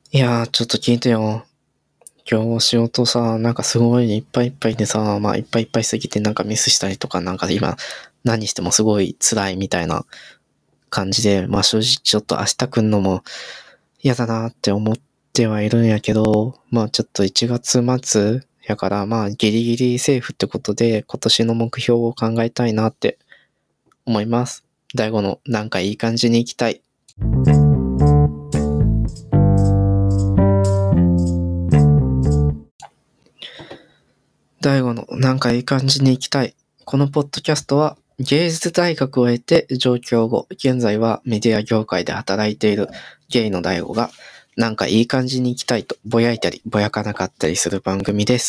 いやー、ちょっと聞いてよ。今日仕事さ、なんかすごいいっぱいいっぱいでさ、まあいっぱいいっぱいすぎてなんかミスしたりとか、なんか今何してもすごい辛いみたいな感じで、まあ正直ちょっと明日来んのも嫌だなって思ってはいるんやけど、まあちょっと1月末やからまあギリギリセーフってことで今年の目標を考えたいなって思います。大悟のなんかいい感じに行きたい。大悟のなんかいい感じに行きたい。このポッドキャストは芸術大学を経て上京後、現在はメディア業界で働いているゲイの大悟がなんかいい感じに行きたいとぼやいたりぼやかなかったりする番組です。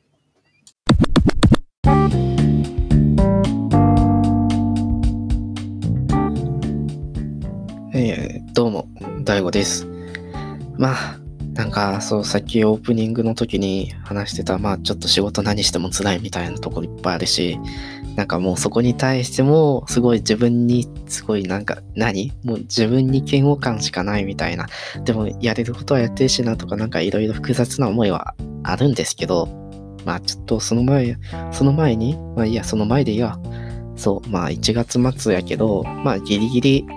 どうも、大悟です。まあ、なんかそう、さっきオープニングの時に話してた、まあちょっと仕事何しても辛いみたいなところいっぱいあるし、なんかもうそこに対しても、すごい自分に、すごいなんか、もう自分に嫌悪感しかないみたいな。でも、やれることはやってるしなとか、なんかいろいろ複雑な思いはあるんですけど、まあちょっとその前に、まあいいや、その前でいいや。そう、まあ1月末やけど、まあギリギリ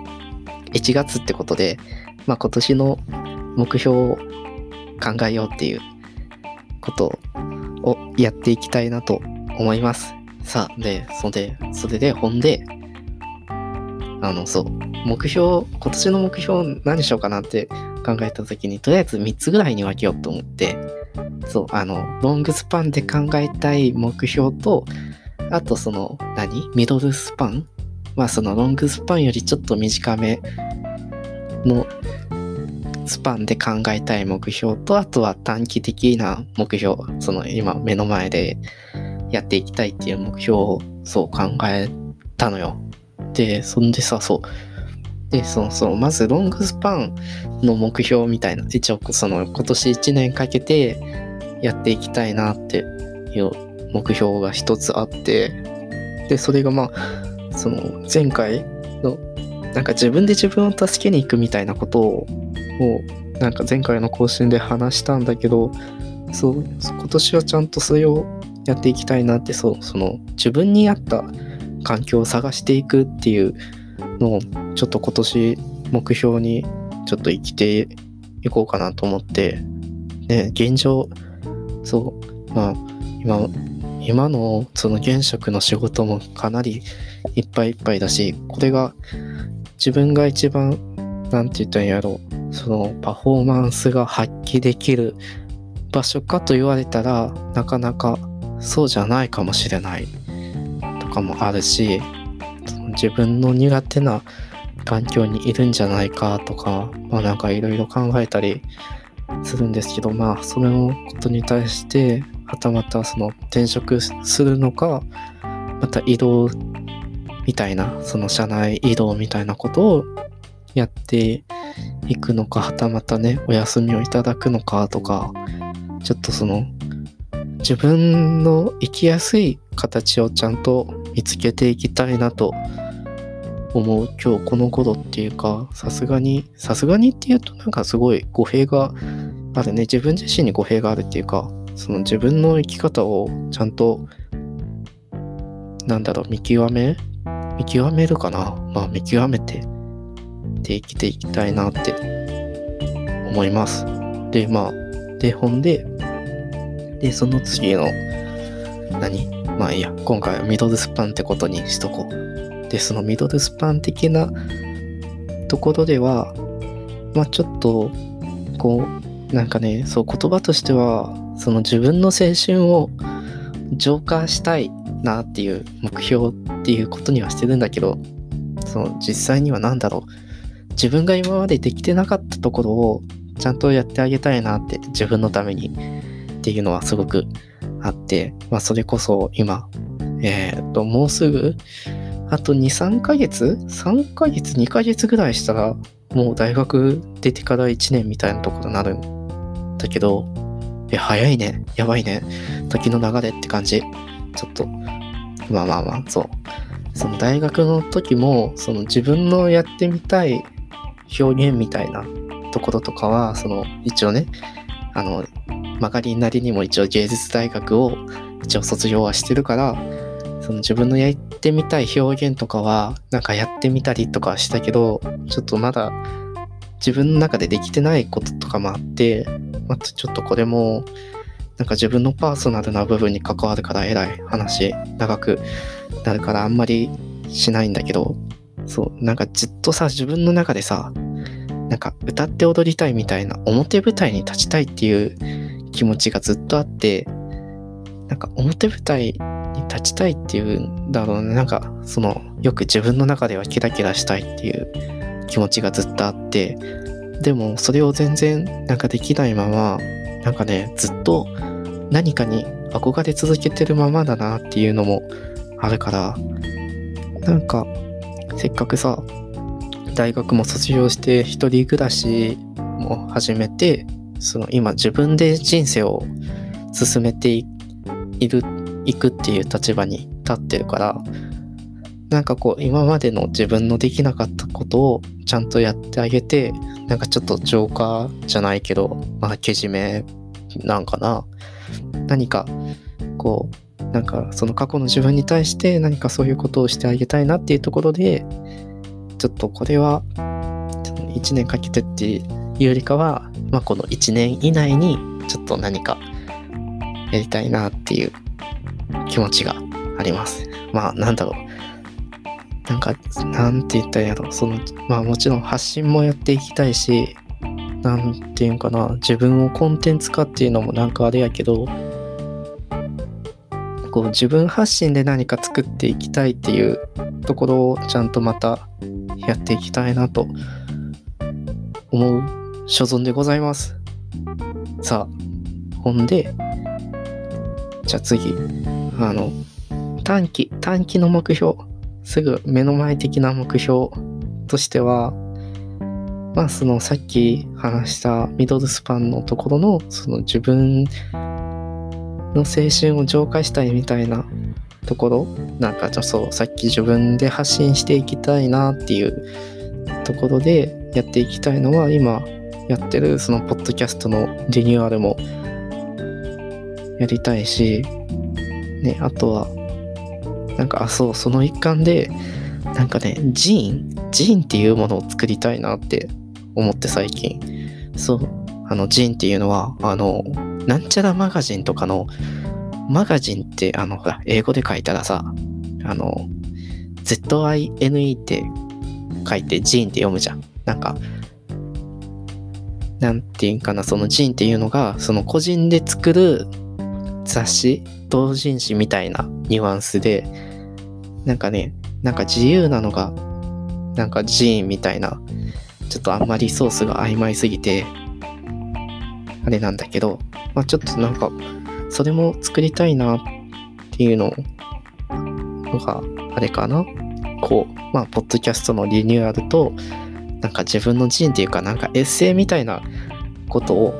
1月ってことで、まあ今年の目標を考えようっていうことをやっていきたいなと思います。さあ、で、それで、本で、そう、今年の目標何しようかなって考えたときに、とりあえず3つぐらいに分けようと思って、そう、ロングスパンで考えたい目標と、あとミドルスパン、まあそのロングスパンよりちょっと短めのスパンで考えたい目標と、あとは短期的な目標、その今目の前でやっていきたいっていう目標をそう考えたのよ。で、そんでさ、そう。で、まずロングスパンの目標みたいな、一応今年1年かけてやっていきたいなっていう目標が一つあって、で、それがまあ、前回の、なんか自分で自分を助けに行くみたいなことを、なんか前回の更新で話したんだけど、そう、今年はちゃんとそれをやっていきたいなって、自分に合った環境を探していくっていうのを、ちょっと今年目標にちょっと生きていこうかなと思って、ね、現状、そう、まあ、今のその現職の仕事もかなりいっぱいいっぱいだし、これが自分が一番、なんて言ったらいいんやろう、そのパフォーマンスが発揮できる場所かと言われたら、なかなかそうじゃないかもしれないとかもあるし、自分の苦手な環境にいるんじゃないかとか、まあなんかいろいろ考えたりするんですけど、まあそれのことに対して、はたまた転職するのか、また移動みたいな、社内移動みたいなことをやっていくのか、はたまたね、お休みをいただくのかとか、ちょっと自分の生きやすい形をちゃんと見つけていきたいなと思う今日この頃っていうか、さすがにっていうとなんかすごい語弊があるね。自分自身に語弊があるっていうか、自分の生き方をちゃんと見極めるかな。まあ見極めて生きていきたいなって思います。で、その次のまあいいや、今回はミドルスパンってことにしとこう。で、そのミドルスパン的なところでは、まあちょっとなんかね、そう言葉としては自分の青春を浄化したいなっていう目標っていうことにはしてるんだけど、実際には自分が今までできてなかったところをちゃんとやってあげたいなって、自分のためにっていうのはすごくあって、まあそれこそ今もうすぐあと 2,3 ヶ月3ヶ月2ヶ月ぐらいしたらもう大学出てから1年みたいなところになるんだけど、早いね、やばいね、時の流れって感じ。ちょっとまあそう、その大学の時も自分のやってみたい表現みたいなところとかは、一応ね、曲がりなりにも一応芸術大学を一応卒業はしてるから、自分のやってみたい表現とかはなんかやってみたりとかしたけど、ちょっとまだ自分の中でできてないこととかもあって、またちょっとこれもなんか自分のパーソナルな部分に関わるからえらい話長くなるからあんまりしないんだけど、なんかずっとさ、自分の中でさ、なんか歌って踊りたいみたいな、表舞台に立ちたいっていう気持ちがずっとあって、なんか表舞台に立ちたいっていうんだろうね。なんかよく自分の中ではキラキラしたいっていう気持ちがずっとあって、でもそれを全然なんかできないまま、なんかね、ずっと何かに憧れ続けてるままだなっていうのもあるから、なんかせっかくさ、大学も卒業して一人暮らしも始めて、今自分で人生を進めていくっていう立場に立ってるから、なんか今までの自分のできなかったことをちゃんとやってあげて、なんかちょっとジョーカーじゃないけど、けじめなんかな、何かなんか過去の自分に対して何かそういうことをしてあげたいなっていうところで、ちょっとこれは1年かけてっていうよりかは、この1年以内にちょっと何かやりたいなっていう気持ちがあります。なんだろう、なんかなんて言ったらいいんやろ、もちろん発信もやっていきたいし、なんていうんかな、自分をコンテンツ化っていうのもなんかあれやけど、自分発信で何か作っていきたいっていうところをちゃんとまたやっていきたいなと思う所存でございます。さあ、ほんで、じゃあ次、短期の目標、すぐ目の前的な目標としては、さっき話したミドルスパンのところの自分の青春を浄化したいみたいなところ、なんかさっき自分で発信していきたいなっていうところでやっていきたいのは、今やってるポッドキャストのリニューアルもやりたいしね。あとはなんかその一環でなんかね、ジーンっていうものを作りたいなって思って、最近ジーンっていうのはなんちゃらマガジンとかのマガジンって、ほら英語で書いたらさ、ZINE って書いてジーンって読むじゃん。なんかなんていうんかな、ジーンっていうのが個人で作る雑誌、同人誌みたいなニュアンスで、なんかね、なんか自由なのがなんかジーンみたいな、ちょっとあんまりソースが曖昧すぎてあれなんだけど、ちょっとなんかそれも作りたいなっていうのがあれかな。ポッドキャストのリニューアルと、なんか自分のジーンっていうか、なんかエッセイみたいなことを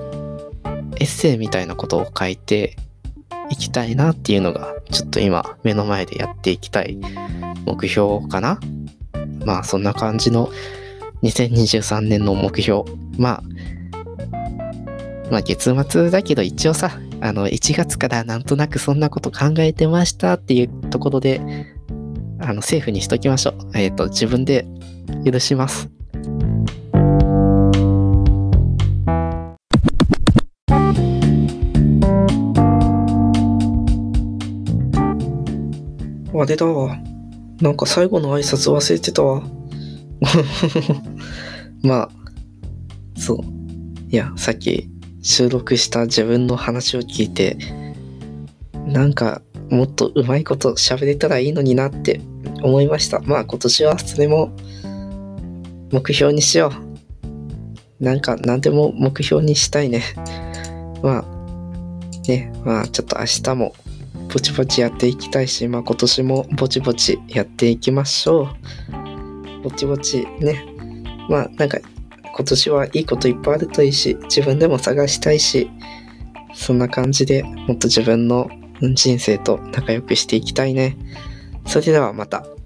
書いていきたいなっていうのが、ちょっと今目の前でやっていきたい目標かな。そんな感じの2023年の目標。月末だけど一応さ、1月からなんとなくそんなこと考えてましたっていうところで、セーフにしときましょう。自分で許します。あれだわ。なんか最後の挨拶忘れてたわ。そう。いや、さっき収録した自分の話を聞いて、なんかもっとうまいこと喋れたらいいのになって思いました。今年はそれも目標にしよう。なんか何でも目標にしたいね。ちょっと明日もぼちぼちやっていきたいし、今年もぼちぼちやっていきましょう。ぼちぼちね。なんか今年はいいこといっぱいあるといいし、自分でも探したいし、そんな感じでもっと自分の人生と仲良くしていきたいね。それではまた。